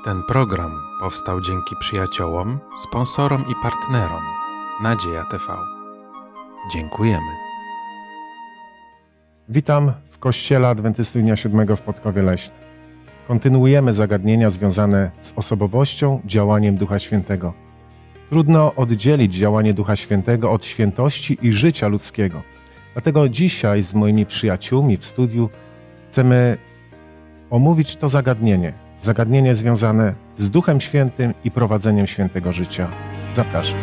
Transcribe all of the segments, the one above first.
Ten program powstał dzięki przyjaciołom, sponsorom i partnerom Nadzieja TV. Dziękujemy. Witam w Kościele Adwentystów Dnia Siódmego w Podkowie Leśnej. Kontynuujemy zagadnienia związane z osobowością, działaniem Ducha Świętego. Trudno oddzielić działanie Ducha Świętego od świętości i życia ludzkiego. Dlatego dzisiaj z moimi przyjaciółmi w studiu chcemy omówić to zagadnienie. Zagadnienie związane z Duchem Świętym i prowadzeniem świętego życia. Zapraszam.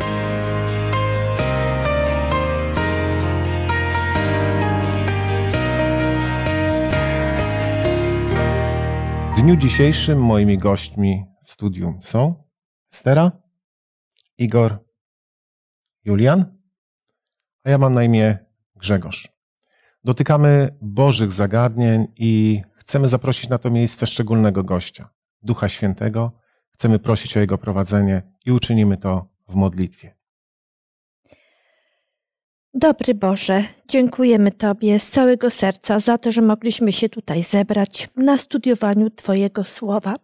W dniu dzisiejszym moimi gośćmi w studiu są Estera, Igor, Julian, a ja mam na imię Grzegorz. Dotykamy Bożych zagadnień i chcemy zaprosić na to miejsce szczególnego gościa, Ducha Świętego. Chcemy prosić o Jego prowadzenie i uczynimy to w modlitwie. Dobry Boże, dziękujemy Tobie z całego serca za to, że mogliśmy się tutaj zebrać na studiowaniu Twojego Słowa.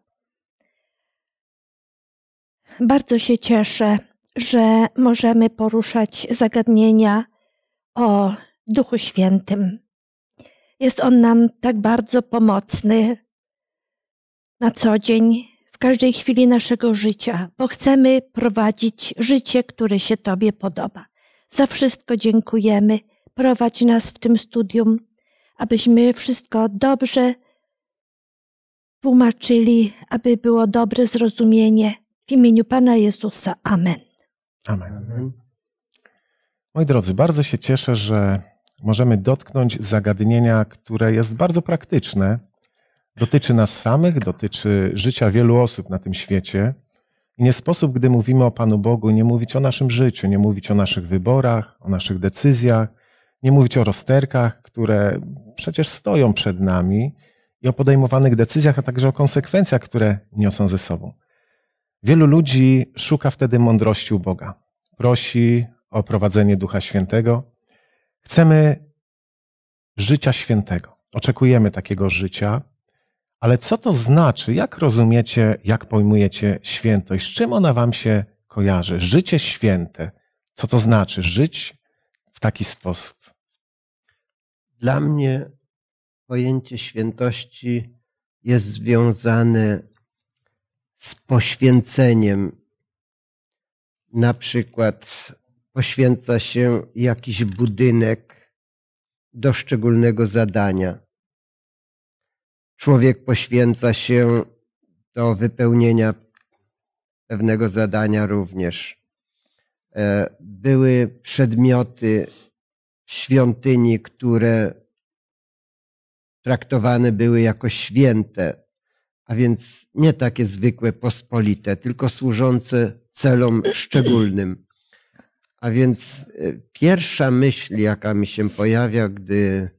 Bardzo się cieszę, że możemy poruszać zagadnienia o Duchu Świętym. Jest On nam tak bardzo pomocny na co dzień, w każdej chwili naszego życia, bo chcemy prowadzić życie, które się Tobie podoba. Za wszystko dziękujemy. Prowadź nas w tym studium, abyśmy wszystko dobrze tłumaczyli, aby było dobre zrozumienie. W imieniu Pana Jezusa. Amen. Amen. Moi drodzy, bardzo się cieszę, że możemy dotknąć zagadnienia, które jest bardzo praktyczne. Dotyczy nas samych, dotyczy życia wielu osób na tym świecie. I nie sposób, gdy mówimy o Panu Bogu, nie mówić o naszym życiu, nie mówić o naszych wyborach, o naszych decyzjach, nie mówić o rozterkach, które przecież stoją przed nami i o podejmowanych decyzjach, a także o konsekwencjach, które niosą ze sobą. Wielu ludzi szuka wtedy mądrości u Boga. Prosi o prowadzenie Ducha Świętego. Chcemy życia świętego. Oczekujemy takiego życia. Ale co to znaczy? Jak rozumiecie, jak pojmujecie świętość? Z czym ona wam się kojarzy? Życie święte. Co to znaczy? Żyć w taki sposób. Dla mnie pojęcie świętości jest związane z poświęceniem. Na przykład poświęca się jakiś budynek do szczególnego zadania. Człowiek poświęca się do wypełnienia pewnego zadania również. Były przedmioty w świątyni, które traktowane były jako święte, a więc nie takie zwykłe, pospolite, tylko służące celom szczególnym. A więc pierwsza myśl, jaka mi się pojawia, gdy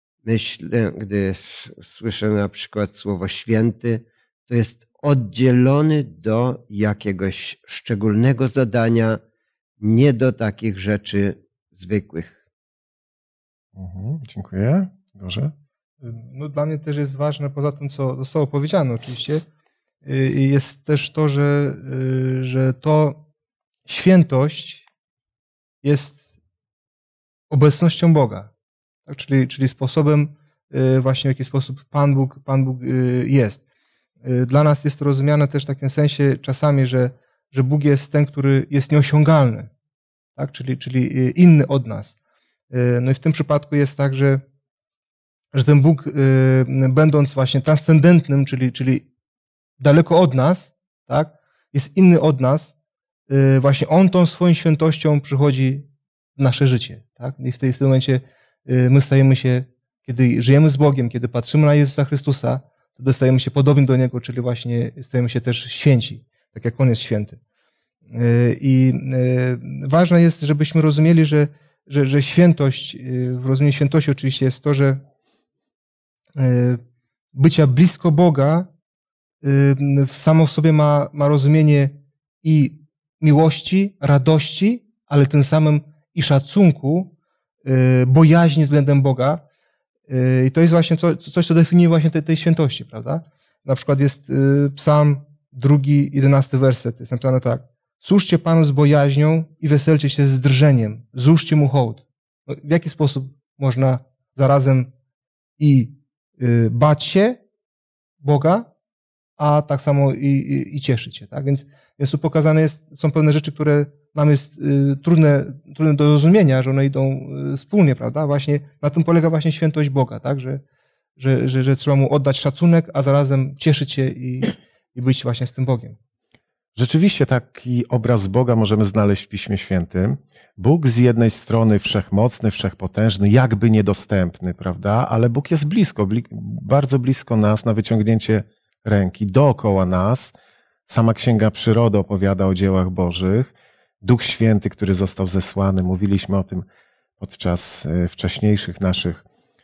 słyszę na przykład słowo święty, to jest oddzielony do jakiegoś szczególnego zadania, nie do takich rzeczy zwykłych. Dziękuję. Boże. No, dla mnie też jest ważne, poza tym, co zostało powiedziane oczywiście, jest też to, że to świętość jest obecnością Boga. Tak? Czyli sposobem właśnie, w jaki sposób Pan Bóg jest. Dla nas jest to rozumiane też w takim sensie czasami, że Bóg jest ten, który jest nieosiągalny, tak? Czyli inny od nas. No i w tym przypadku jest tak, że ten Bóg, będąc właśnie transcendentnym, czyli daleko od nas, tak? Jest inny od nas, właśnie On tą swoją świętością przychodzi w nasze życie. Tak? I w tym momencie my stajemy się, kiedy żyjemy z Bogiem, kiedy patrzymy na Jezusa Chrystusa, to stajemy się podobni do Niego, czyli właśnie stajemy się też święci, tak jak On jest święty. I ważne jest, żebyśmy rozumieli, że świętość, w rozumieniu świętości oczywiście jest to, że bycia blisko Boga samo w sobie ma rozumienie i miłości, radości, ale tym samym i szacunku, bojaźni względem Boga. I to jest właśnie coś, co definiuje właśnie tej świętości, prawda? Na przykład jest psalm 11 werset. Jest napisane tak. Służcie Panu z bojaźnią i weselcie się z drżeniem. Złóżcie Mu hołd. No, w jaki sposób można zarazem i bać się Boga, a tak samo i cieszyć się. Tak? Więc tu pokazane są pewne rzeczy, które nam jest trudne do zrozumienia, że one idą wspólnie, prawda? Właśnie na tym polega właśnie świętość Boga, tak? Że trzeba Mu oddać szacunek, a zarazem cieszyć się i być właśnie z tym Bogiem. Rzeczywiście taki obraz Boga możemy znaleźć w Piśmie Świętym. Bóg z jednej strony wszechmocny, wszechpotężny, jakby niedostępny, prawda? Ale Bóg jest blisko, bardzo blisko nas, na wyciągnięcie ręki, dookoła nas. Sama Księga Przyrody opowiada o dziełach Bożych. Duch Święty, który został zesłany, mówiliśmy o tym podczas wcześniejszych naszych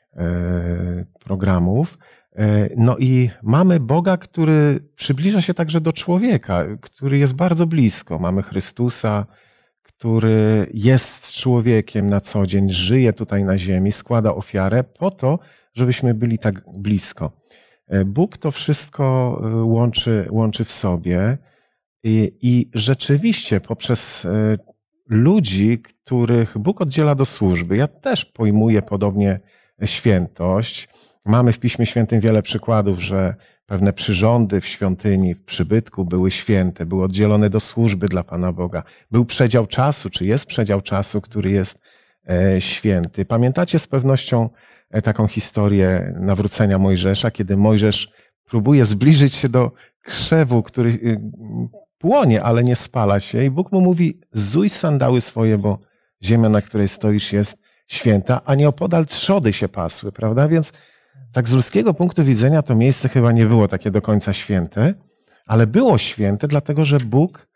programów. No i mamy Boga, który przybliża się także do człowieka, który jest bardzo blisko. Mamy Chrystusa, który jest człowiekiem na co dzień, żyje tutaj na ziemi, składa ofiarę po to, żebyśmy byli tak blisko. Bóg to wszystko łączy w sobie i rzeczywiście poprzez ludzi, których Bóg oddziela do służby, ja też pojmuję podobnie świętość. Mamy w Piśmie Świętym wiele przykładów, że pewne przyrządy w świątyni, w przybytku były święte, były oddzielone do służby dla Pana Boga. Był przedział czasu, czy jest przedział czasu, który jest święty. Pamiętacie z pewnością taką historię nawrócenia Mojżesza, kiedy Mojżesz próbuje zbliżyć się do krzewu, który płonie, ale nie spala się i Bóg mu mówi, zuj sandały swoje, bo ziemia, na której stoisz, jest święta, a nieopodal trzody się pasły, prawda? Więc tak z ludzkiego punktu widzenia to miejsce chyba nie było takie do końca święte, ale było święte, dlatego że Bóg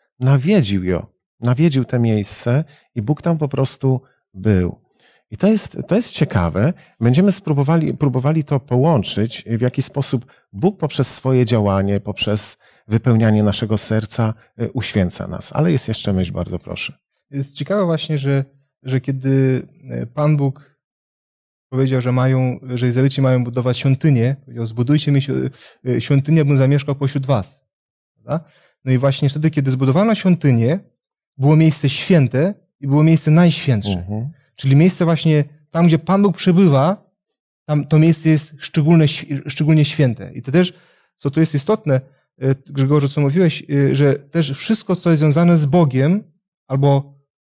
nawiedził te miejsce i Bóg tam po prostu był. I to jest ciekawe. Będziemy próbowali to połączyć, w jaki sposób Bóg poprzez swoje działanie, poprzez wypełnianie naszego serca uświęca nas. Ale jest jeszcze myśl, bardzo proszę. Jest ciekawe właśnie, że kiedy Pan Bóg powiedział, że Izraelici mają budować świątynię, powiedział, zbudujcie mi świątynię, bym zamieszkał pośród was. Prawda? No i właśnie wtedy, kiedy zbudowano świątynię, było miejsce święte i było miejsce najświętsze. Czyli miejsce właśnie tam, gdzie Pan Bóg przebywa, tam to miejsce jest szczególnie święte. I to też, co tu jest istotne, Grzegorzu, co mówiłeś, że też wszystko, co jest związane z Bogiem, albo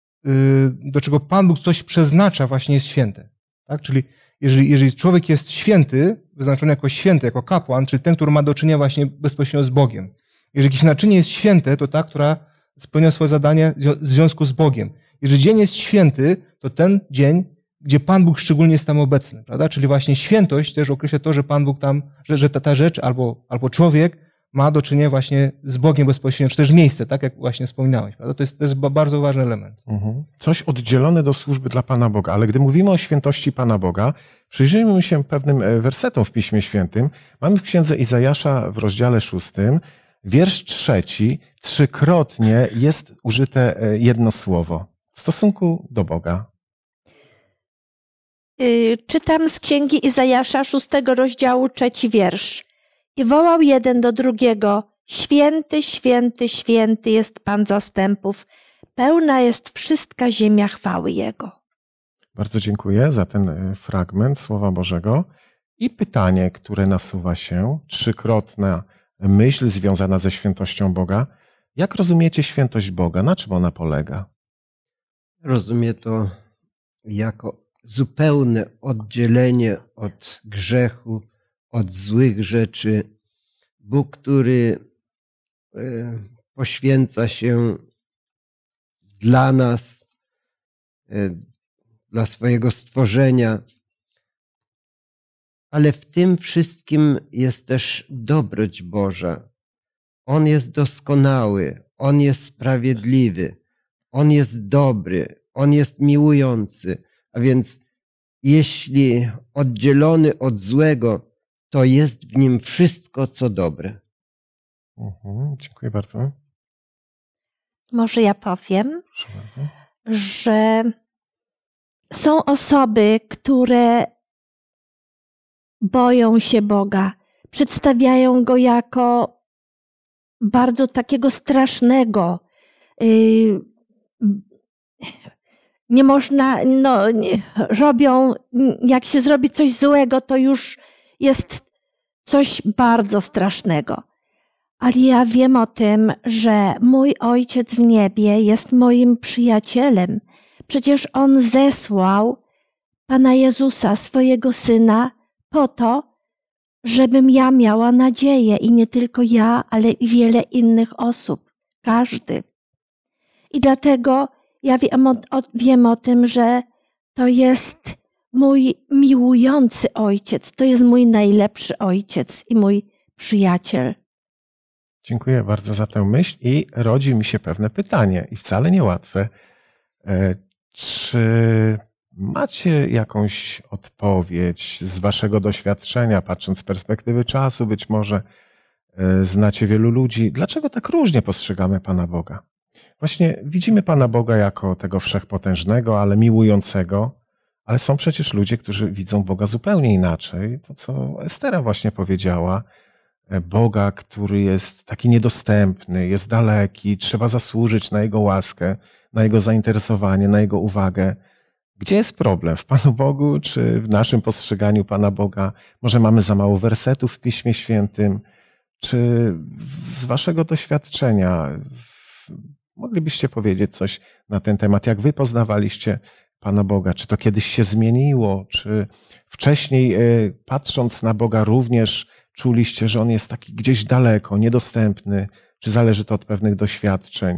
do czego Pan Bóg coś przeznacza, właśnie jest święte. Tak? Czyli jeżeli człowiek jest święty, wyznaczony jako święty, jako kapłan, czyli ten, który ma do czynienia właśnie bezpośrednio z Bogiem. Jeżeli jakieś naczynie jest święte, to ta, która spełnia swoje zadanie w związku z Bogiem. Jeżeli dzień jest święty, to ten dzień, gdzie Pan Bóg szczególnie jest tam obecny, prawda? Czyli właśnie świętość też określa to, że Pan Bóg tam, że ta rzecz albo człowiek ma do czynienia właśnie z Bogiem bezpośrednio, czy też miejsce, tak jak właśnie wspominałeś, prawda? To jest bardzo ważny element. Coś oddzielone do służby dla Pana Boga, ale gdy mówimy o świętości Pana Boga, przyjrzyjmy się pewnym wersetom w Piśmie Świętym. Mamy w Księdze Izajasza w rozdziale 6, wiersz 3, trzykrotnie jest użyte jedno słowo w stosunku do Boga. Czytam z Księgi Izajasza 6 rozdziału 3 wiersz. I wołał jeden do drugiego, święty, święty, święty jest Pan zastępów, pełna jest wszystka ziemia chwały Jego. Bardzo dziękuję za ten fragment Słowa Bożego. I pytanie, które nasuwa się, trzykrotna myśl związana ze świętością Boga. Jak rozumiecie świętość Boga? Na czym ona polega? Rozumiem to jako zupełne oddzielenie od grzechu, od złych rzeczy. Bóg, który poświęca się dla nas, dla swojego stworzenia. Ale w tym wszystkim jest też dobroć Boża. On jest doskonały, On jest sprawiedliwy, On jest dobry, On jest miłujący. A więc jeśli oddzielony od złego, to jest w nim wszystko, co dobre. Dziękuję bardzo. Może ja powiem, Proszę bardzo. że są osoby, które boją się Boga, przedstawiają Go jako bardzo takiego strasznego. Nie można, robią, jak się zrobi coś złego, to już jest coś bardzo strasznego. Ale ja wiem o tym, że mój Ojciec w niebie jest moim przyjacielem. Przecież On zesłał Pana Jezusa, swojego Syna, po to, żebym ja miała nadzieję i nie tylko ja, ale i wiele innych osób, każdy. I dlatego ja wiem o tym, że to jest mój miłujący Ojciec, to jest mój najlepszy Ojciec i mój przyjaciel. Dziękuję bardzo za tę myśl i rodzi mi się pewne pytanie i wcale niełatwe. Czy macie jakąś odpowiedź z waszego doświadczenia, patrząc z perspektywy czasu, być może znacie wielu ludzi, dlaczego tak różnie postrzegamy Pana Boga? Właśnie widzimy Pana Boga jako tego wszechpotężnego, ale miłującego, ale są przecież ludzie, którzy widzą Boga zupełnie inaczej. To, co Estera właśnie powiedziała, Boga, który jest taki niedostępny, jest daleki, trzeba zasłużyć na Jego łaskę, na Jego zainteresowanie, na Jego uwagę. Gdzie jest problem? W Panu Bogu czy w naszym postrzeganiu Pana Boga? Może mamy za mało wersetów w Piśmie Świętym? Czy z waszego doświadczenia moglibyście powiedzieć coś na ten temat? Jak wy poznawaliście Pana Boga? Czy to kiedyś się zmieniło? Czy wcześniej, patrząc na Boga, również czuliście, że On jest taki gdzieś daleko, niedostępny? Czy zależy to od pewnych doświadczeń?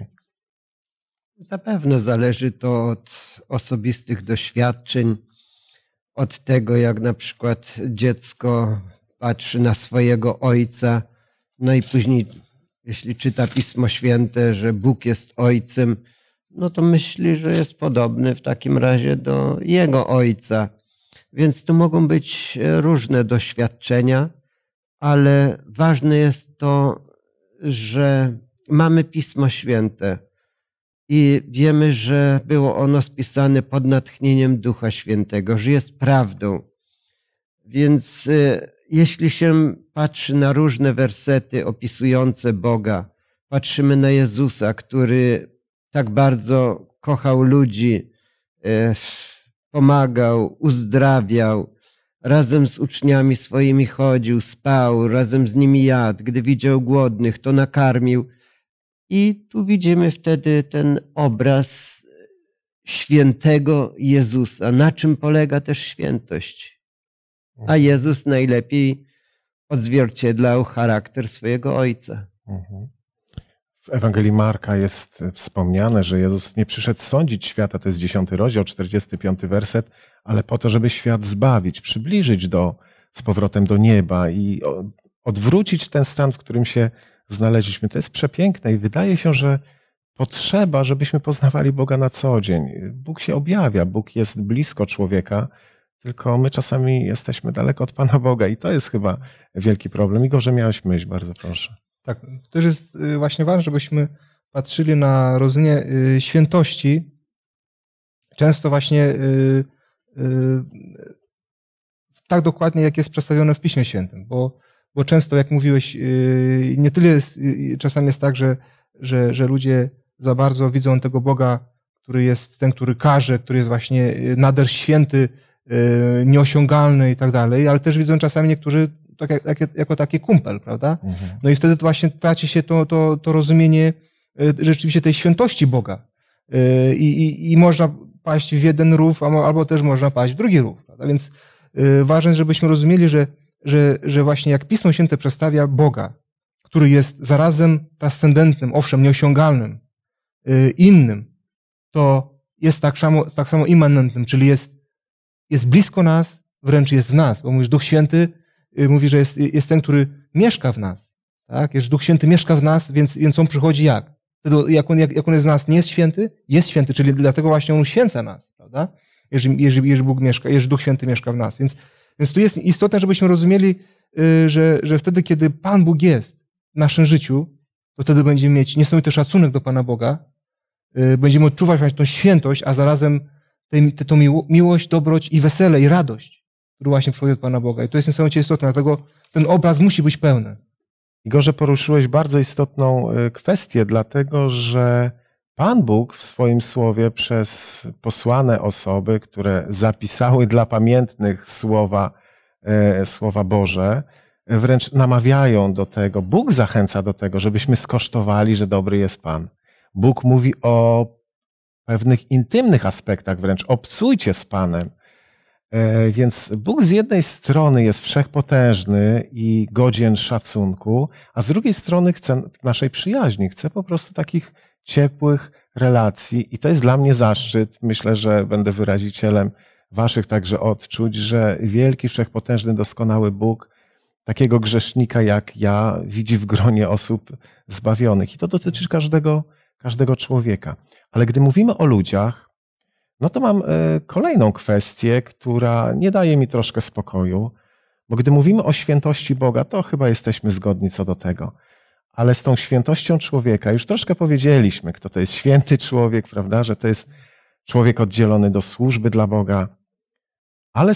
Zapewne zależy to od osobistych doświadczeń, od tego, jak na przykład dziecko patrzy na swojego ojca, no i później, jeśli czyta Pismo Święte, że Bóg jest ojcem, no to myśli, że jest podobny w takim razie do jego ojca. Więc tu mogą być różne doświadczenia, ale ważne jest to, że mamy Pismo Święte i wiemy, że było ono spisane pod natchnieniem Ducha Świętego, że jest prawdą. Więc jeśli się patrzy na różne wersety opisujące Boga, patrzymy na Jezusa, który tak bardzo kochał ludzi, pomagał, uzdrawiał, razem z uczniami swoimi chodził, spał, razem z nimi jadł, gdy widział głodnych, to nakarmił. I tu widzimy wtedy ten obraz świętego Jezusa. Na czym polega też świętość? A Jezus najlepiej odzwierciedlał charakter swojego Ojca. W Ewangelii Marka jest wspomniane, że Jezus nie przyszedł sądzić świata, to jest 10 rozdział, 45 werset, ale po to, żeby świat zbawić, przybliżyć z powrotem do nieba i odwrócić ten stan, w którym się znaleźliśmy. To jest przepiękne i wydaje się, że potrzeba, żebyśmy poznawali Boga na co dzień. Bóg się objawia, Bóg jest blisko człowieka, tylko my czasami jesteśmy daleko od Pana Boga i to jest chyba wielki problem. Igor, że miałeś myśl, bardzo proszę. Tak, też jest właśnie ważne, żebyśmy patrzyli na rozumienie świętości często właśnie tak dokładnie, jak jest przedstawione w Piśmie Świętym, bo często, jak mówiłeś, nie tyle jest, czasami jest tak, że ludzie za bardzo widzą tego Boga, który jest ten, który karze, który jest właśnie nader święty, nieosiągalny i tak dalej, ale też widzą czasami niektórzy jako taki kumpel, prawda? No i wtedy to właśnie traci się to rozumienie rzeczywiście tej świętości Boga. I można paść w jeden rów, albo też można paść w drugi rów, prawda? Więc ważne jest, żebyśmy rozumieli, że właśnie jak Pismo Święte przedstawia Boga, który jest zarazem transcendentnym, owszem, nieosiągalnym, innym, to jest tak samo immanentnym, czyli jest blisko nas, wręcz jest w nas, bo mówisz, Duch Święty mówi, że jest ten, który mieszka w nas. Tak? Jeżeli Duch Święty mieszka w nas, więc On przychodzi jak? Wtedy, jak on jest w nas, nie jest święty, czyli dlatego właśnie On uświęca nas, prawda? Jeżeli Bóg mieszka, jeżeli Duch Święty mieszka w nas. Więc tu jest istotne, żebyśmy rozumieli, że wtedy, kiedy Pan Bóg jest w naszym życiu, to wtedy będziemy mieć niesamowity szacunek do Pana Boga, będziemy odczuwać właśnie tą świętość, a zarazem tą miłość, dobroć i wesele i radość, który właśnie przychodzi od Pana Boga. I to jest niesamowicie istotne, dlatego ten obraz musi być pełny. Igorze, poruszyłeś bardzo istotną kwestię, dlatego że Pan Bóg w swoim słowie przez posłane osoby, które zapisały dla pamiętnych słowa Boże, wręcz namawiają do tego. Bóg zachęca do tego, żebyśmy skosztowali, że dobry jest Pan. Bóg mówi o pewnych intymnych aspektach wręcz. Obcujcie z Panem. Więc Bóg z jednej strony jest wszechpotężny i godzien szacunku, a z drugiej strony chce naszej przyjaźni, chce po prostu takich ciepłych relacji i to jest dla mnie zaszczyt. Myślę, że będę wyrazicielem waszych także odczuć, że wielki, wszechpotężny, doskonały Bóg takiego grzesznika jak ja widzi w gronie osób zbawionych. I to dotyczy każdego człowieka. Ale gdy mówimy o ludziach, no to mam kolejną kwestię, która nie daje mi troszkę spokoju, bo gdy mówimy o świętości Boga, to chyba jesteśmy zgodni co do tego. Ale z tą świętością człowieka, już troszkę powiedzieliśmy, kto to jest święty człowiek, prawda, że to jest człowiek oddzielony do służby dla Boga, ale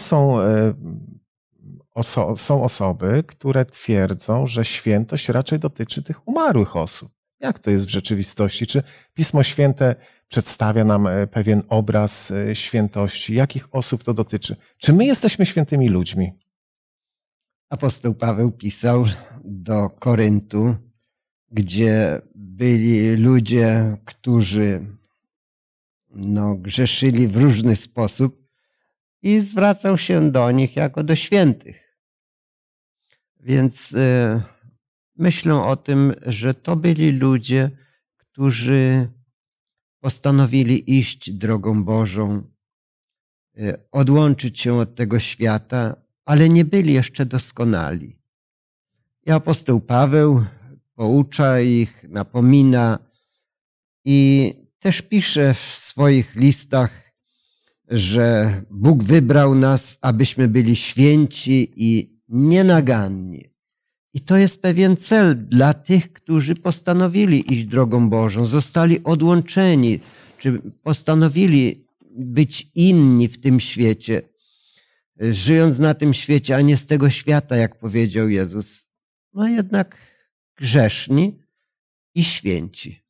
są osoby, które twierdzą, że świętość raczej dotyczy tych umarłych osób. Jak to jest w rzeczywistości? Czy Pismo Święte przedstawia nam pewien obraz świętości? Jakich osób to dotyczy? Czy my jesteśmy świętymi ludźmi? Apostoł Paweł pisał do Koryntu, gdzie byli ludzie, którzy grzeszyli w różny sposób i zwracał się do nich jako do świętych. Więc myślę o tym, że to byli ludzie, którzy postanowili iść drogą Bożą, odłączyć się od tego świata, ale nie byli jeszcze doskonali. I apostoł Paweł poucza ich, napomina i też pisze w swoich listach, że Bóg wybrał nas, abyśmy byli święci i nienaganni. I to jest pewien cel dla tych, którzy postanowili iść drogą Bożą, zostali odłączeni, czy postanowili być inni w tym świecie, żyjąc na tym świecie, a nie z tego świata, jak powiedział Jezus. No jednak grzeszni i święci.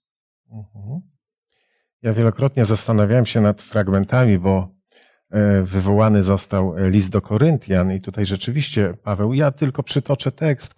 Ja wielokrotnie zastanawiałem się nad fragmentami, bo wywołany został list do Koryntian i tutaj rzeczywiście, Paweł, ja tylko przytoczę tekst,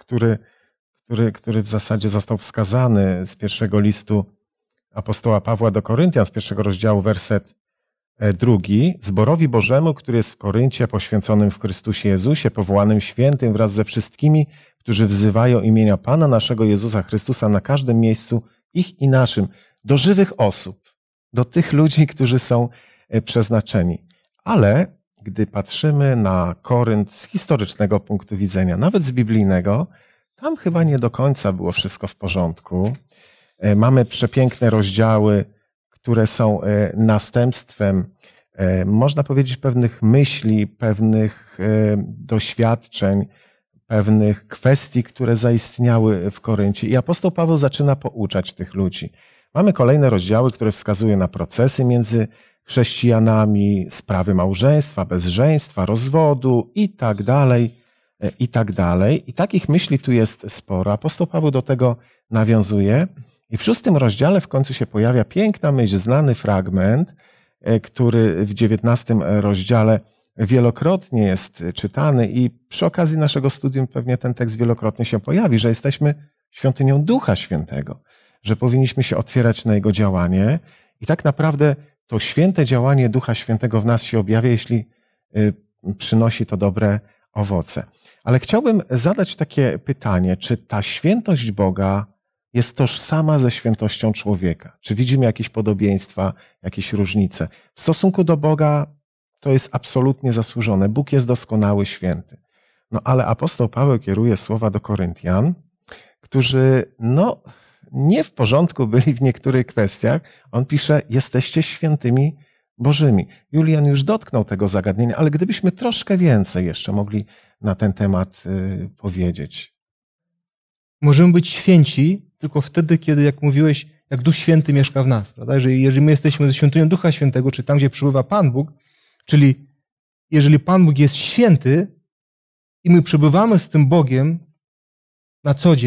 który w zasadzie został wskazany z pierwszego listu apostoła Pawła do Koryntian, z 1 rozdziału, werset 2. Zborowi Bożemu, który jest w Koryncie, poświęconym w Chrystusie Jezusie, powołanym świętym wraz ze wszystkimi, którzy wzywają imienia Pana naszego Jezusa Chrystusa na każdym miejscu, ich i naszym, do żywych osób, do tych ludzi, którzy są przeznaczeni. Ale gdy patrzymy na Korynt z historycznego punktu widzenia, nawet z biblijnego, tam chyba nie do końca było wszystko w porządku. Mamy przepiękne rozdziały, które są następstwem, można powiedzieć, pewnych myśli, pewnych doświadczeń, pewnych kwestii, które zaistniały w Koryncie. I apostoł Paweł zaczyna pouczać tych ludzi. Mamy kolejne rozdziały, które wskazują na procesy między chrześcijanami, sprawy małżeństwa, bezżeństwa, rozwodu i tak dalej, i tak dalej. I takich myśli tu jest sporo. Apostoł Paweł do tego nawiązuje. I w 6 rozdziale w końcu się pojawia piękna myśl, znany fragment, który w 19 rozdziale wielokrotnie jest czytany i przy okazji naszego studium pewnie ten tekst wielokrotnie się pojawi, że jesteśmy świątynią Ducha Świętego, że powinniśmy się otwierać na Jego działanie i tak naprawdę to święte działanie Ducha Świętego w nas się objawia, jeśli przynosi to dobre owoce. Ale chciałbym zadać takie pytanie, czy ta świętość Boga jest tożsama ze świętością człowieka? Czy widzimy jakieś podobieństwa, jakieś różnice? W stosunku do Boga to jest absolutnie zasłużone. Bóg jest doskonały, święty. No ale apostoł Paweł kieruje słowa do Koryntian, którzy nie w porządku byli w niektórych kwestiach. On pisze, jesteście świętymi Bożymi. Julian już dotknął tego zagadnienia, ale gdybyśmy troszkę więcej jeszcze mogli na ten temat powiedzieć. Możemy być święci tylko wtedy, kiedy, jak mówiłeś, jak Duch Święty mieszka w nas, prawda? Jeżeli my jesteśmy ze świątynią Ducha Świętego, czy tam, gdzie przebywa Pan Bóg, czyli jeżeli Pan Bóg jest święty i my przebywamy z tym Bogiem na co dzień,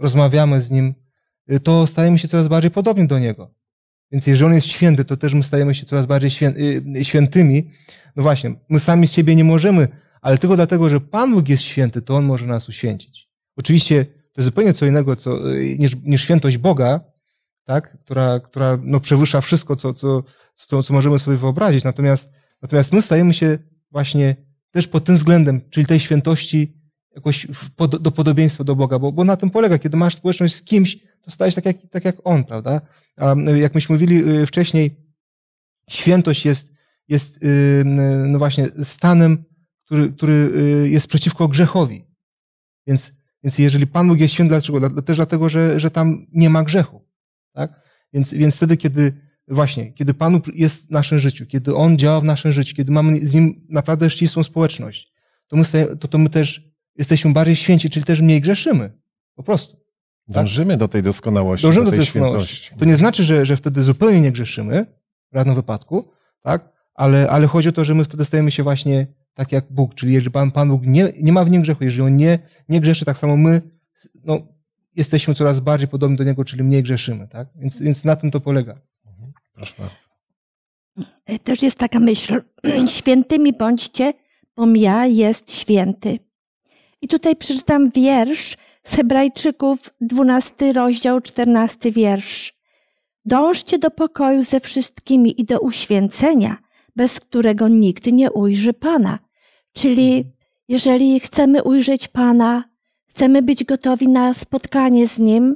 rozmawiamy z Nim, to stajemy się coraz bardziej podobni do Niego. Więc jeżeli On jest święty, to też my stajemy się coraz bardziej świętymi. No właśnie, my sami z siebie nie możemy, ale tylko dlatego, że Pan Bóg jest święty, to On może nas uświęcić. Oczywiście to jest zupełnie co innego niż świętość Boga, tak? która no, przewyższa wszystko, co możemy sobie wyobrazić. Natomiast my stajemy się właśnie też pod tym względem, czyli tej świętości jakoś do podobieństwa do Boga, bo na tym polega. Kiedy masz społeczność z kimś, to stajesz tak jak On, prawda? A jak myśmy mówili wcześniej, świętość jest no właśnie stanem, który jest przeciwko grzechowi. Więc jeżeli Pan Bóg jest święty, dlaczego? Też dlatego, że tam nie ma grzechu. Tak? Więc wtedy, kiedy Pan Bóg jest w naszym życiu, kiedy On działa w naszym życiu, kiedy mamy z Nim naprawdę ścisłą społeczność, to my też jesteśmy bardziej święci, czyli też mniej grzeszymy. Po prostu. Tak? Dążymy do tej doskonałości, Dążymy do tej doskonałości. świętości. To nie znaczy, że wtedy zupełnie nie grzeszymy, w żadnym wypadku, tak? Ale chodzi o to, że my wtedy stajemy się właśnie tak jak Bóg, czyli jeżeli Pan Bóg nie ma w nim grzechu, jeżeli On nie grzeszy, tak samo my jesteśmy coraz bardziej podobni do Niego, czyli mniej grzeszymy, tak? Więc na tym to polega. Proszę bardzo. Też jest taka myśl, świętymi bądźcie, bom ja jest święty. I tutaj przeczytam wiersz z Hebrajczyków, 12 rozdział, 14 wiersz. Dążcie do pokoju ze wszystkimi i do uświęcenia, bez którego nikt nie ujrzy Pana. Czyli jeżeli chcemy ujrzeć Pana, chcemy być gotowi na spotkanie z Nim,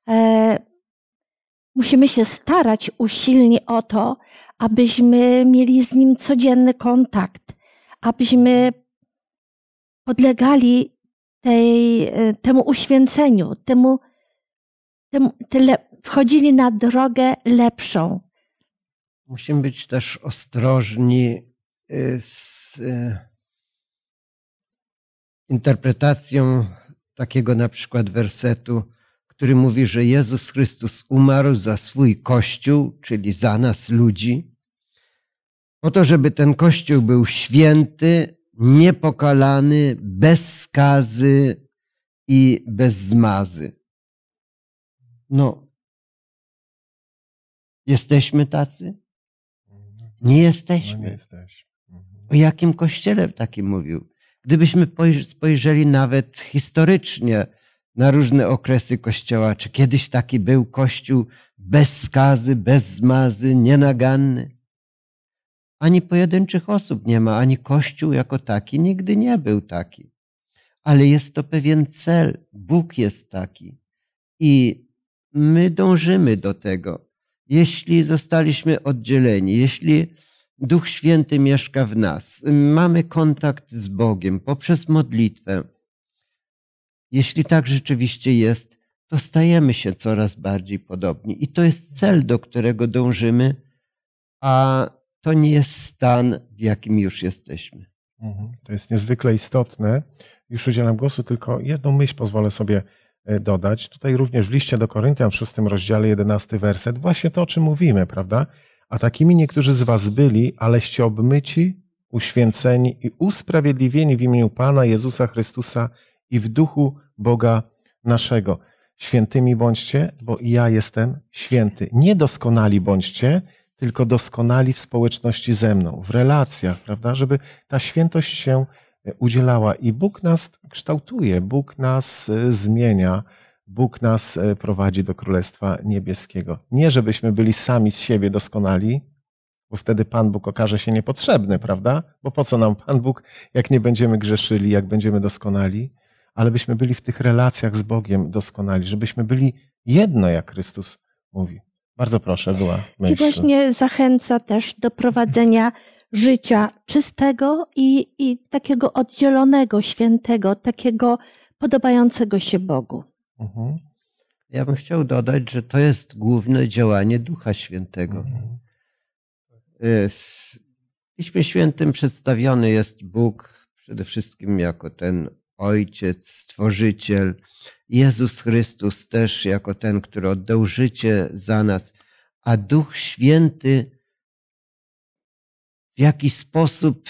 musimy się starać usilnie o to, abyśmy mieli z Nim codzienny kontakt, abyśmy podlegali temu uświęceniu, wchodzili na drogę lepszą. Musimy być też ostrożni z interpretacją takiego na przykład wersetu, który mówi, że Jezus Chrystus umarł za swój Kościół, czyli za nas ludzi, po to, żeby ten Kościół był święty, niepokalany, bez skazy i bez zmazy. No, jesteśmy tacy? Nie jesteśmy. No nie jesteśmy. O jakim Kościele takim mówił? Gdybyśmy spojrzeli nawet historycznie na różne okresy Kościoła, czy kiedyś taki był Kościół bez skazy, bez zmazy, nienaganny? Ani pojedynczych osób nie ma, ani Kościół jako taki nigdy nie był taki. Ale jest to pewien cel. Bóg jest taki. I my dążymy do tego. Jeśli zostaliśmy oddzieleni, jeśli Duch Święty mieszka w nas, mamy kontakt z Bogiem poprzez modlitwę. Jeśli tak rzeczywiście jest, to stajemy się coraz bardziej podobni. I to jest cel, do którego dążymy, a to nie jest stan, w jakim już jesteśmy. To jest niezwykle istotne. Już udzielam głosu, tylko jedną myśl pozwolę sobie dodać. Tutaj również w liście do Koryntian w 6 rozdziale 11 werset. Właśnie to, o czym mówimy, prawda? A takimi niektórzy z was byli, aleście obmyci, uświęceni i usprawiedliwieni w imieniu Pana Jezusa Chrystusa i w duchu Boga naszego. Świętymi bądźcie, bo i ja jestem święty. Niedoskonali bądźcie, tylko doskonali w społeczności ze mną, w relacjach, prawda? Żeby ta świętość się udzielała. I Bóg nas kształtuje, Bóg nas zmienia, Bóg nas prowadzi do Królestwa Niebieskiego. Nie, żebyśmy byli sami z siebie doskonali, bo wtedy Pan Bóg okaże się niepotrzebny, prawda? Bo po co nam Pan Bóg, jak nie będziemy grzeszyli, jak będziemy doskonali, ale byśmy byli w tych relacjach z Bogiem doskonali, żebyśmy byli jedno, jak Chrystus mówi. Bardzo proszę, była myśl. I właśnie zachęca też do prowadzenia życia czystego i takiego oddzielonego, świętego, takiego podobającego się Bogu. Ja bym chciał dodać, że to jest główne działanie Ducha Świętego. W Piśmie Świętym przedstawiony jest Bóg przede wszystkim jako ten Ojciec, Stworzyciel, Jezus Chrystus też jako ten, który oddał życie za nas, a Duch Święty w jakiś sposób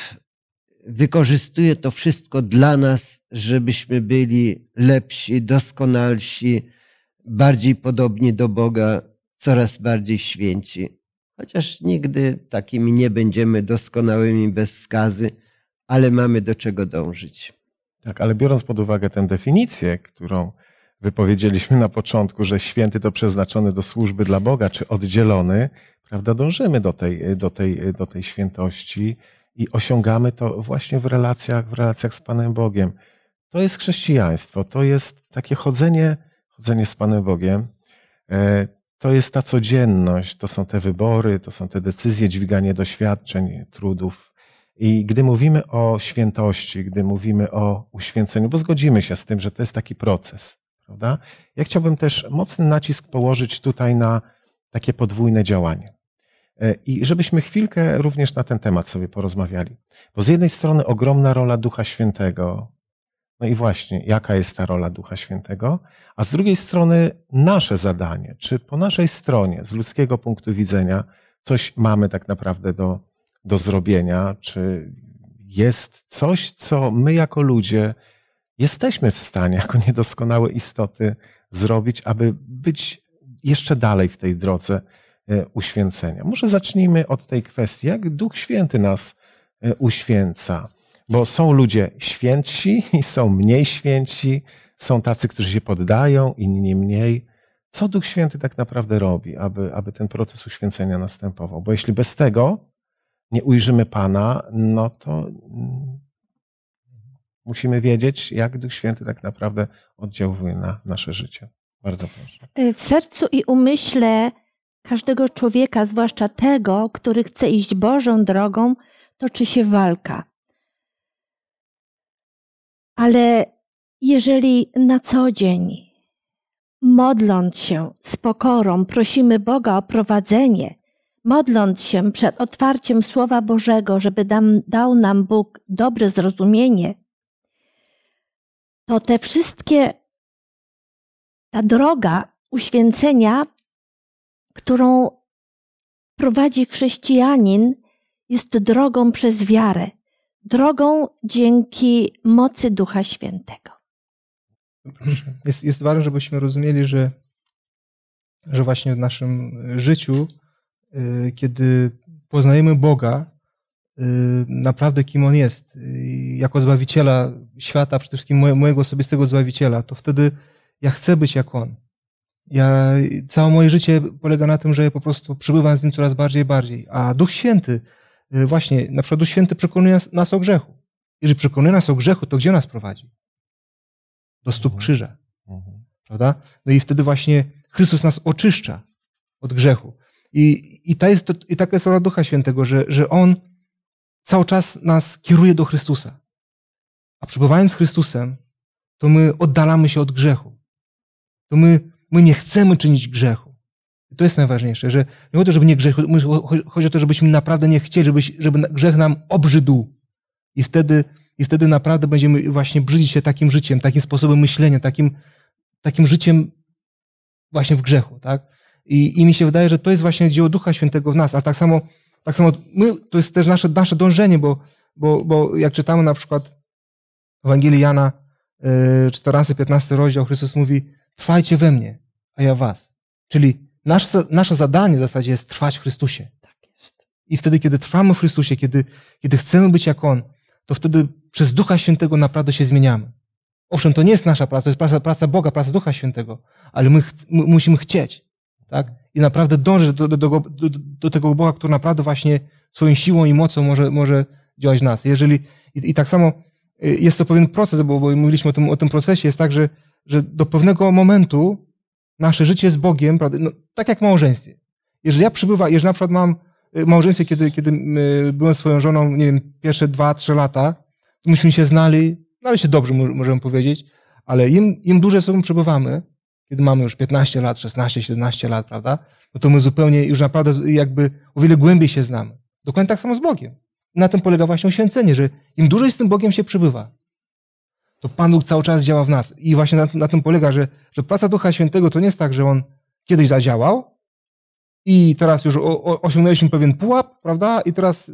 wykorzystuje to wszystko dla nas, żebyśmy byli lepsi, doskonalsi, bardziej podobni do Boga, coraz bardziej święci. Chociaż nigdy takimi nie będziemy doskonałymi bez skazy, ale mamy do czego dążyć. Tak, ale biorąc pod uwagę tę definicję, którą wypowiedzieliśmy na początku, że święty to przeznaczony do służby dla Boga, czy oddzielony, prawda, dążymy do tej świętości i osiągamy to właśnie w relacjach z Panem Bogiem. To jest chrześcijaństwo, to jest takie chodzenie z Panem Bogiem. To jest ta codzienność, to są te wybory, to są te decyzje, dźwiganie doświadczeń, trudów. I gdy mówimy o świętości, gdy mówimy o uświęceniu, bo zgodzimy się z tym, że to jest taki proces, prawda? Ja chciałbym też mocny nacisk położyć tutaj na takie podwójne działanie. I żebyśmy chwilkę również na ten temat sobie porozmawiali. Bo z jednej strony ogromna rola Ducha Świętego. No i właśnie, jaka jest ta rola Ducha Świętego? A z drugiej strony nasze zadanie, czy po naszej stronie, z ludzkiego punktu widzenia, coś mamy tak naprawdę do zrobienia, czy jest coś, co my jako ludzie jesteśmy w stanie, jako niedoskonałe istoty zrobić, aby być jeszcze dalej w tej drodze uświęcenia. Może zacznijmy od tej kwestii, jak Duch Święty nas uświęca. Bo są ludzie świętsi i są mniej święci, są tacy, którzy się poddają, inni mniej. Co Duch Święty tak naprawdę robi, aby ten proces uświęcenia następował? Bo jeśli bez tego nie ujrzymy Pana, no to musimy wiedzieć, jak Duch Święty tak naprawdę oddziałuje na nasze życie. Bardzo proszę. W sercu i umyśle każdego człowieka, zwłaszcza tego, który chce iść Bożą drogą, toczy się walka. Ale jeżeli na co dzień, modląc się z pokorą, prosimy Boga o prowadzenie, modląc się przed otwarciem Słowa Bożego, żeby dał nam Bóg dobre zrozumienie, to ta droga uświęcenia, którą prowadzi chrześcijanin, jest drogą przez wiarę. Drogą dzięki mocy Ducha Świętego. Jest ważne, żebyśmy rozumieli, że właśnie w naszym życiu, kiedy poznajemy Boga, naprawdę kim On jest, jako Zbawiciela świata, przede wszystkim mojego osobistego Zbawiciela, to wtedy ja chcę być jak On. Całe moje życie polega na tym, że ja po prostu przybywam z Nim coraz bardziej i bardziej. A Duch Święty, właśnie, na przykład Duch Święty przekonuje nas o grzechu. Jeżeli przekonuje nas o grzechu, to gdzie nas prowadzi? Do stóp krzyża. Prawda? No i wtedy właśnie Chrystus nas oczyszcza od grzechu. I taka jest rola Ducha Świętego, że On cały czas nas kieruje do Chrystusa. A przebywając z Chrystusem, to my oddalamy się od grzechu. To my nie chcemy czynić grzechu. I to jest najważniejsze, że nie chodzi o to, żeby nie grzech, chodzi o to, żebyśmy naprawdę nie chcieli, żeby grzech nam obrzydł. I wtedy naprawdę będziemy właśnie brzydzić się takim życiem, takim sposobem myślenia, takim życiem właśnie w grzechu, tak? I mi się wydaje, że to jest właśnie dzieło Ducha Świętego w nas, ale tak samo to jest też nasze dążenie, bo jak czytamy na przykład w Ewangelii Jana, 14-15 rozdział, Chrystus mówi: trwajcie we mnie, a ja w was. Czyli nasze zadanie w zasadzie jest trwać w Chrystusie. Tak jest. I wtedy, kiedy trwamy w Chrystusie, kiedy chcemy być jak On, to wtedy przez Ducha Świętego naprawdę się zmieniamy. Owszem, to nie jest nasza praca, to jest praca Boga, praca Ducha Świętego, ale my musimy chcieć, tak? I naprawdę dążyć do tego Boga, który naprawdę właśnie swoją siłą i mocą może działać w nas. I tak samo jest to pewien proces, bo mówiliśmy o tym procesie, jest tak, że do pewnego momentu nasze życie z Bogiem, prawda, no, tak jak w małżeństwie. Jeżeli na przykład mam w małżeństwie, kiedy byłem swoją żoną, nie wiem, pierwsze 2-3 lata, to myśmy się znali się dobrze, możemy powiedzieć, ale im dłużej sobą przebywamy, kiedy mamy już 15 lat, 16, 17 lat, prawda, no to my zupełnie już naprawdę jakby o wiele głębiej się znamy. Dokładnie tak samo z Bogiem. Na tym polega właśnie uświęcenie, że im dłużej z tym Bogiem się przebywa, to Pan Bóg cały czas działa w nas. I właśnie na tym polega, że praca Ducha Świętego to nie jest tak, że On kiedyś zadziałał i teraz już osiągnęliśmy pewien pułap, prawda, i teraz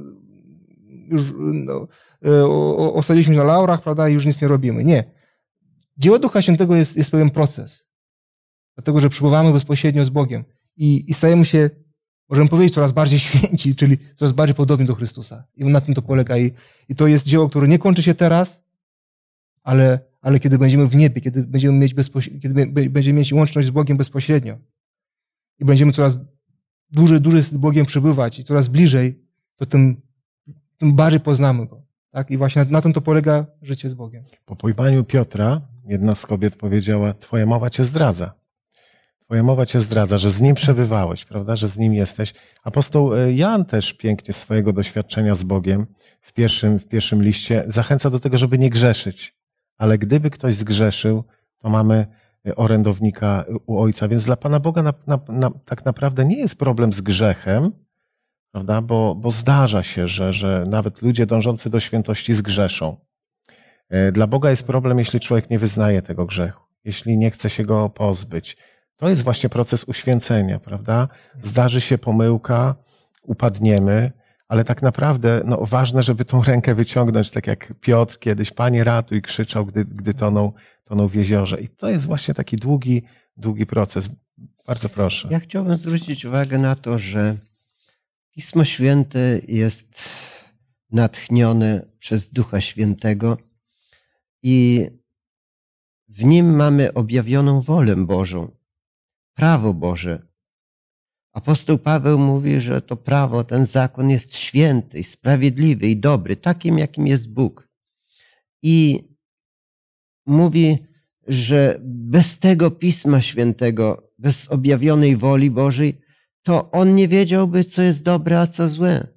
już osadziliśmy na laurach, prawda, i już nic nie robimy. Nie. Dzieło Ducha Świętego jest pewien proces. Dlatego, że przybywamy bezpośrednio z Bogiem i stajemy się, możemy powiedzieć, coraz bardziej święci, czyli coraz bardziej podobni do Chrystusa. I na tym to polega. I to jest dzieło, które nie kończy się teraz, ale kiedy będziemy w niebie, kiedy będziemy mieć łączność z Bogiem bezpośrednio i będziemy coraz dłużej z Bogiem przebywać i coraz bliżej, to tym bardziej poznamy Go. Tak? I właśnie na tym to polega życie z Bogiem. Po pojmaniu Piotra jedna z kobiet powiedziała, twoja mowa cię zdradza. Twoja mowa cię zdradza, że z Nim przebywałeś, prawda, że z Nim jesteś. Apostoł Jan też pięknie z swojego doświadczenia z Bogiem w pierwszym liście zachęca do tego, żeby nie grzeszyć. Ale gdyby ktoś zgrzeszył, to mamy orędownika u Ojca. Więc dla Pana Boga tak naprawdę nie jest problem z grzechem, prawda? Bo zdarza się, że nawet ludzie dążący do świętości zgrzeszą. Dla Boga jest problem, jeśli człowiek nie wyznaje tego grzechu, jeśli nie chce się go pozbyć. To jest właśnie proces uświęcenia, prawda? Zdarzy się pomyłka, upadniemy, ale tak naprawdę ważne, żeby tą rękę wyciągnąć, tak jak Piotr kiedyś, Panie ratuj, krzyczał, gdy tonął w jeziorze. I to jest właśnie taki długi proces. Bardzo proszę. Ja chciałbym zwrócić uwagę na to, że Pismo Święte jest natchnione przez Ducha Świętego i w nim mamy objawioną wolę Bożą, prawo Boże. Apostoł Paweł mówi, że to prawo, ten zakon jest święty, sprawiedliwy i dobry, takim jakim jest Bóg. I mówi, że bez tego Pisma Świętego, bez objawionej woli Bożej, to on nie wiedziałby, co jest dobre, a co złe.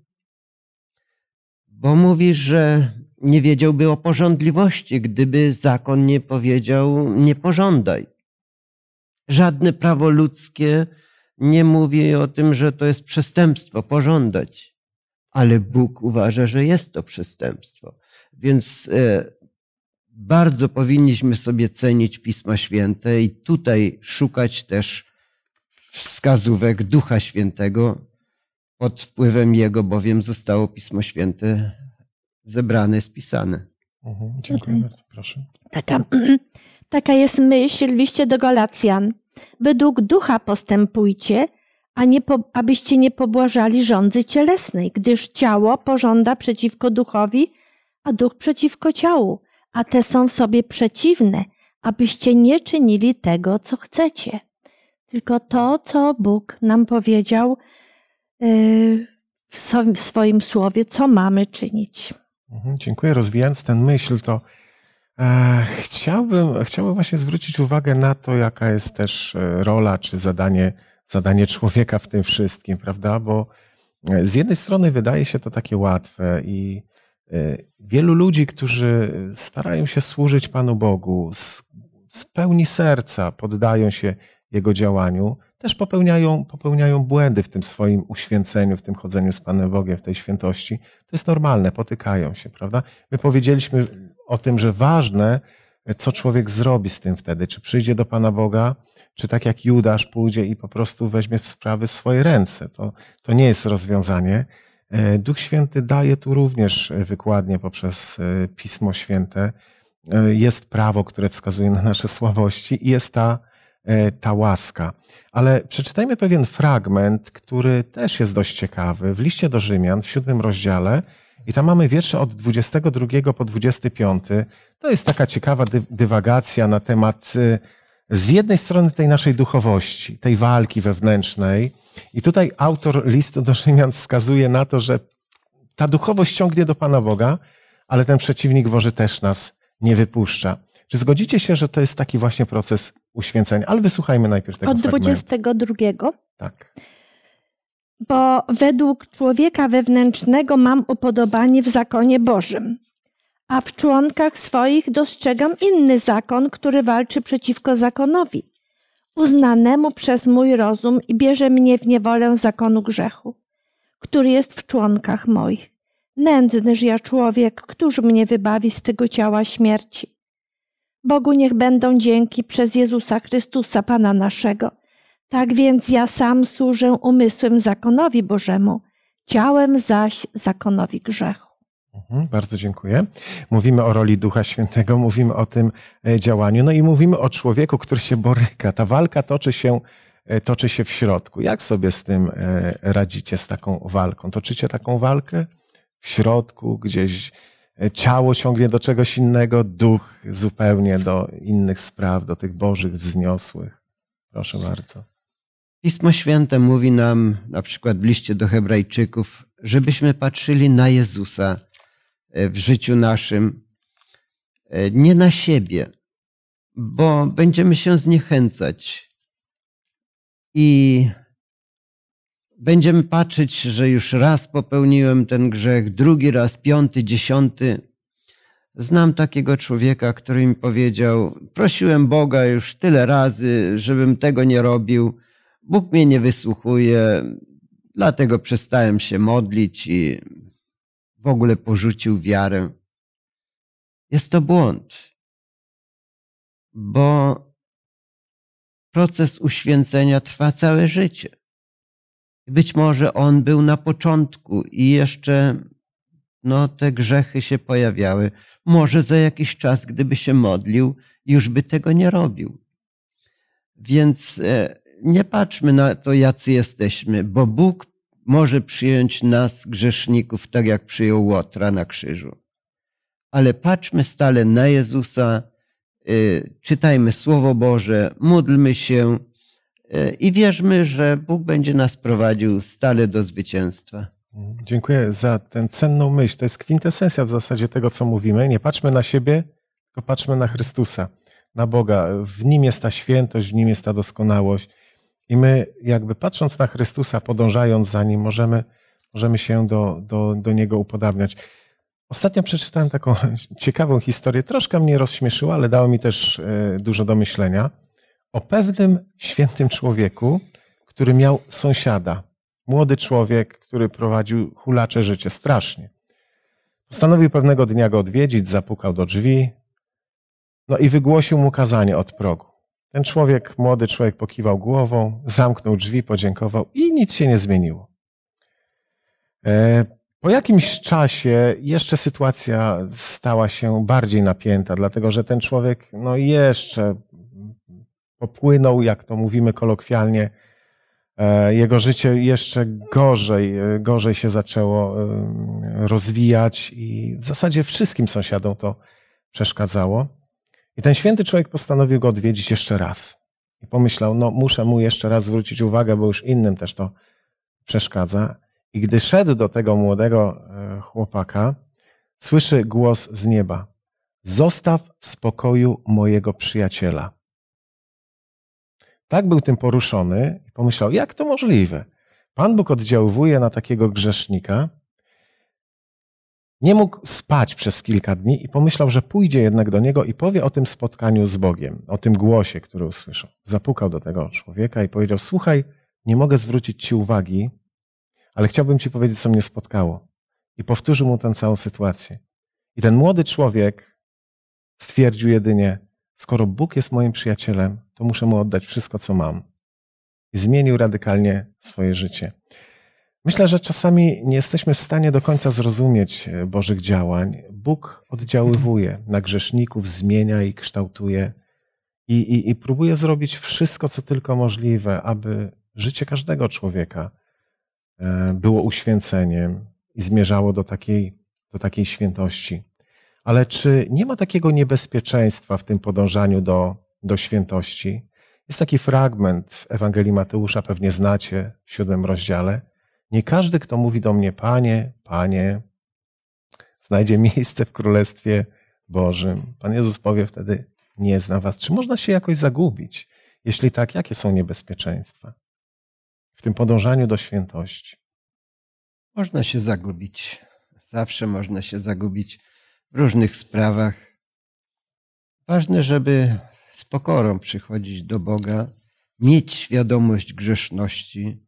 Bo mówi, że nie wiedziałby o pożądliwości, gdyby zakon nie powiedział, nie pożądaj. Żadne prawo ludzkie nie mówi o tym, że to jest przestępstwo, pożądać. Ale Bóg uważa, że jest to przestępstwo. Więc bardzo powinniśmy sobie cenić Pisma Święte i tutaj szukać też wskazówek Ducha Świętego. Pod wpływem Jego bowiem zostało Pismo Święte zebrane, spisane. Dziękuję bardzo, proszę. Taka jest myśl w liście do Galacjan. Według ducha postępujcie, abyście nie pobłażali żądzy cielesnej, gdyż ciało pożąda przeciwko duchowi, a duch przeciwko ciału, a te są w sobie przeciwne, abyście nie czynili tego, co chcecie. Tylko to, co Bóg nam powiedział w swoim słowie, co mamy czynić. Dziękuję. Rozwijając tę myśl, to chciałbym właśnie zwrócić uwagę na to, jaka jest też rola czy zadanie człowieka w tym wszystkim, prawda? Bo z jednej strony wydaje się to takie łatwe i wielu ludzi, którzy starają się służyć Panu Bogu z pełni serca, poddają się Jego działaniu, też popełniają błędy w tym swoim uświęceniu, w tym chodzeniu z Panem Bogiem, w tej świętości. To jest normalne, potykają się, prawda? My powiedzieliśmy o tym, że ważne, co człowiek zrobi z tym wtedy. Czy przyjdzie do Pana Boga, czy tak jak Judasz pójdzie i po prostu weźmie sprawy w swoje ręce. To nie jest rozwiązanie. Duch Święty daje tu również wykładnie poprzez Pismo Święte. Jest prawo, które wskazuje na nasze słabości i jest ta łaska. Ale przeczytajmy pewien fragment, który też jest dość ciekawy. W liście do Rzymian, w 7 rozdziale, i tam mamy wiersze od 22 po 25. To jest taka ciekawa dywagacja na temat z jednej strony tej naszej duchowości, tej walki wewnętrznej. I tutaj autor listu do Rzymian wskazuje na to, że ta duchowość ciągnie do Pana Boga, ale ten przeciwnik Boży też nas nie wypuszcza. Czy zgodzicie się, że to jest taki właśnie proces uświęcenia? Ale wysłuchajmy najpierw tego fragmentu. Od 22. Tak. Bo według człowieka wewnętrznego mam upodobanie w zakonie Bożym, a w członkach swoich dostrzegam inny zakon, który walczy przeciwko zakonowi, uznanemu przez mój rozum i bierze mnie w niewolę zakonu grzechu, który jest w członkach moich. Nędznyż ja człowiek, któż mnie wybawi z tego ciała śmierci? Bogu niech będą dzięki przez Jezusa Chrystusa, Pana naszego. Tak więc ja sam służę umysłem zakonowi Bożemu, ciałem zaś zakonowi grzechu. Bardzo dziękuję. Mówimy o roli Ducha Świętego, mówimy o tym działaniu, no i mówimy o człowieku, który się boryka. Ta walka toczy się w środku. Jak sobie z tym radzicie, z taką walką? Toczycie taką walkę w środku, gdzieś ciało ciągnie do czegoś innego, duch zupełnie do innych spraw, do tych bożych, wzniosłych. Proszę bardzo. Pismo Święte mówi nam, na przykład w liście do Hebrajczyków, żebyśmy patrzyli na Jezusa w życiu naszym, nie na siebie, bo będziemy się zniechęcać i będziemy patrzeć, że już raz popełniłem ten grzech, drugi raz, 5., 10. Znam takiego człowieka, który mi powiedział, prosiłem Boga już tyle razy, żebym tego nie robił. Bóg mnie nie wysłuchuje, dlatego przestałem się modlić i w ogóle porzucił wiarę. Jest to błąd, bo proces uświęcenia trwa całe życie. Być może on był na początku i jeszcze te grzechy się pojawiały. Może za jakiś czas, gdyby się modlił, już by tego nie robił. Więc nie patrzmy na to, jacy jesteśmy, bo Bóg może przyjąć nas, grzeszników, tak jak przyjął Łotra na krzyżu. Ale patrzmy stale na Jezusa, czytajmy Słowo Boże, módlmy się i wierzmy, że Bóg będzie nas prowadził stale do zwycięstwa. Dziękuję za tę cenną myśl. To jest kwintesencja w zasadzie tego, co mówimy. Nie patrzmy na siebie, tylko patrzmy na Chrystusa, na Boga. W Nim jest ta świętość, w Nim jest ta doskonałość. I my jakby patrząc na Chrystusa, podążając za Nim, możemy się do Niego upodabniać. Ostatnio przeczytałem taką ciekawą historię, troszkę mnie rozśmieszyła, ale dało mi też dużo do myślenia, o pewnym świętym człowieku, który miał sąsiada. Młody człowiek, który prowadził hulacze życie, strasznie. Postanowił pewnego dnia go odwiedzić, zapukał do drzwi, i wygłosił mu kazanie od progu. Ten młody człowiek pokiwał głową, zamknął drzwi, podziękował i nic się nie zmieniło. Po jakimś czasie jeszcze sytuacja stała się bardziej napięta, dlatego że ten człowiek jeszcze popłynął, jak to mówimy kolokwialnie, jego życie jeszcze gorzej się zaczęło rozwijać i w zasadzie wszystkim sąsiadom to przeszkadzało. I ten święty człowiek postanowił go odwiedzić jeszcze raz. I pomyślał, muszę mu jeszcze raz zwrócić uwagę, bo już innym też to przeszkadza. I gdy szedł do tego młodego chłopaka, słyszy głos z nieba. Zostaw w spokoju mojego przyjaciela. Tak był tym poruszony i pomyślał, jak to możliwe? Pan Bóg oddziałuje na takiego grzesznika. Nie mógł spać przez kilka dni i pomyślał, że pójdzie jednak do niego i powie o tym spotkaniu z Bogiem, o tym głosie, który usłyszał. Zapukał do tego człowieka i powiedział, słuchaj, nie mogę zwrócić ci uwagi, ale chciałbym ci powiedzieć, co mnie spotkało. I powtórzył mu tę całą sytuację. I ten młody człowiek stwierdził jedynie, skoro Bóg jest moim przyjacielem, to muszę mu oddać wszystko, co mam. I zmienił radykalnie swoje życie. Myślę, że czasami nie jesteśmy w stanie do końca zrozumieć Bożych działań. Bóg oddziaływuje na grzeszników, zmienia i kształtuje i próbuje zrobić wszystko, co tylko możliwe, aby życie każdego człowieka było uświęceniem i zmierzało do takiej świętości. Ale czy nie ma takiego niebezpieczeństwa w tym podążaniu do świętości? Jest taki fragment w Ewangelii Mateusza, pewnie znacie, w 7 rozdziale. Nie każdy, kto mówi do mnie, Panie, Panie, znajdzie miejsce w Królestwie Bożym. Pan Jezus powie wtedy, nie znam was. Czy można się jakoś zagubić? Jeśli tak, jakie są niebezpieczeństwa w tym podążaniu do świętości? Można się zagubić. Zawsze można się zagubić w różnych sprawach. Ważne, żeby z pokorą przychodzić do Boga, mieć świadomość grzeszności.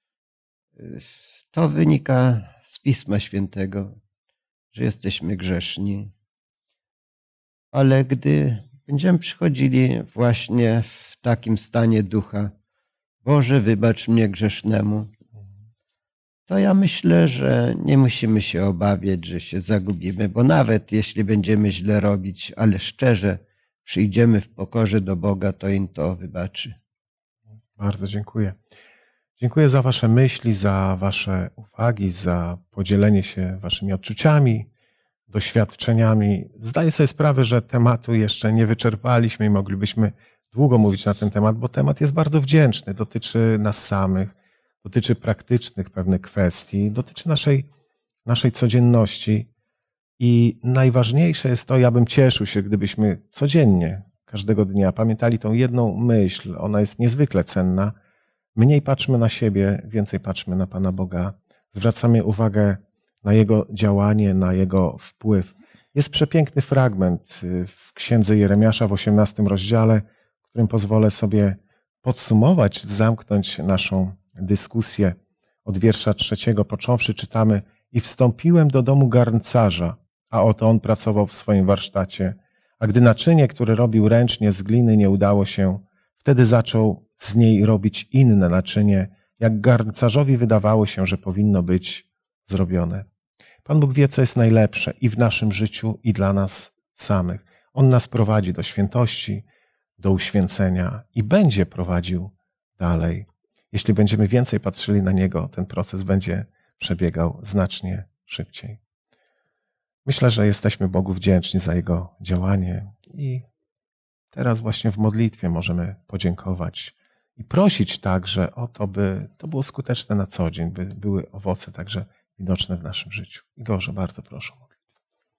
To wynika z Pisma Świętego, że jesteśmy grzeszni. Ale gdy będziemy przychodzili właśnie w takim stanie ducha, Boże, wybacz mnie grzesznemu, to ja myślę, że nie musimy się obawiać, że się zagubimy, bo nawet jeśli będziemy źle robić, ale szczerze przyjdziemy w pokorze do Boga, to im to wybaczy. Bardzo dziękuję. Dziękuję za wasze myśli, za wasze uwagi, za podzielenie się waszymi odczuciami, doświadczeniami. Zdaję sobie sprawę, że tematu jeszcze nie wyczerpaliśmy i moglibyśmy długo mówić na ten temat, bo temat jest bardzo wdzięczny, dotyczy nas samych, dotyczy praktycznych pewnych kwestii, dotyczy naszej codzienności i najważniejsze jest to, ja bym cieszył się, gdybyśmy codziennie, każdego dnia pamiętali tą jedną myśl, ona jest niezwykle cenna. Mniej patrzmy na siebie, więcej patrzmy na Pana Boga, zwracamy uwagę na Jego działanie, na Jego wpływ. Jest przepiękny fragment w Księdze Jeremiasza w 18 rozdziale, w którym pozwolę sobie podsumować, zamknąć naszą dyskusję. Od wiersza 3 począwszy czytamy: I wstąpiłem do domu garncarza, a oto on pracował w swoim warsztacie. A gdy naczynie, które robił ręcznie z gliny, nie udało się, wtedy zaczął z niej robić inne naczynie, jak garncarzowi wydawało się, że powinno być zrobione. Pan Bóg wie, co jest najlepsze i w naszym życiu, i dla nas samych. On nas prowadzi do świętości, do uświęcenia i będzie prowadził dalej. Jeśli będziemy więcej patrzyli na Niego, ten proces będzie przebiegał znacznie szybciej. Myślę, że jesteśmy Bogu wdzięczni za Jego działanie i teraz właśnie w modlitwie możemy podziękować i prosić także o to, by to było skuteczne na co dzień, by były owoce także widoczne w naszym życiu. Igorze, bardzo proszę o modlitwę.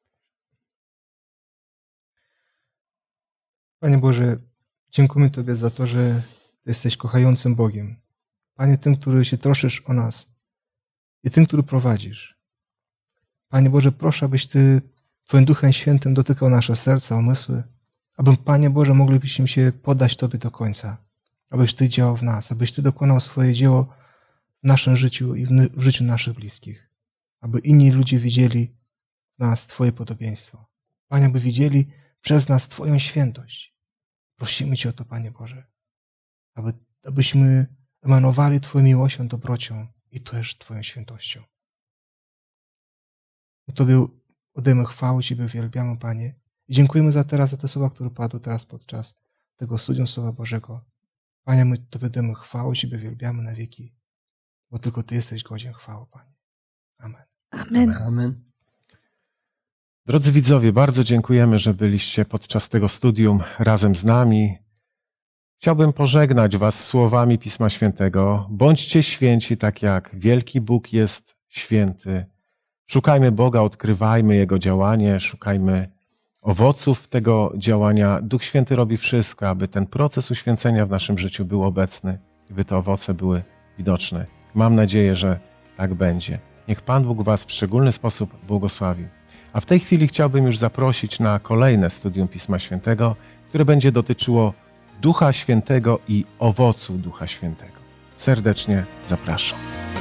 Panie Boże, dziękujemy Tobie za to, że Ty jesteś kochającym Bogiem. Panie, tym, który się troszysz o nas i tym, który prowadzisz. Panie Boże, proszę, abyś Ty Twoim Duchem Świętym dotykał nasze serca, umysły, aby, Panie Boże, moglibyśmy się poddać Tobie do końca, abyś Ty działał w nas, abyś Ty dokonał swoje dzieło w naszym życiu i w życiu naszych bliskich, aby inni ludzie widzieli w nas Twoje podobieństwo. Panie, aby widzieli przez nas Twoją świętość. Prosimy Cię o to, Panie Boże, abyśmy emanowali Twoją miłością, dobrocią i też Twoją świętością. Tobie oddajemy chwałę, Ciebie wielbiamy, Panie. I dziękujemy za te słowa, które padły teraz podczas tego studium Słowa Bożego. Panie, my Tobie dajemy chwałę, Ciebie wielbiamy na wieki, bo tylko Ty jesteś godzien chwały, Panie. Amen. Amen. Amen. Drodzy widzowie, bardzo dziękujemy, że byliście podczas tego studium razem z nami. Chciałbym pożegnać Was słowami Pisma Świętego. Bądźcie święci, tak jak wielki Bóg jest święty. Szukajmy Boga, odkrywajmy Jego działanie, szukajmy owoców tego działania. Duch Święty robi wszystko, aby ten proces uświęcenia w naszym życiu był obecny i by te owoce były widoczne. Mam nadzieję, że tak będzie. Niech Pan Bóg Was w szczególny sposób błogosławi. A w tej chwili chciałbym już zaprosić na kolejne studium Pisma Świętego, które będzie dotyczyło Ducha Świętego i owoców Ducha Świętego. Serdecznie zapraszam.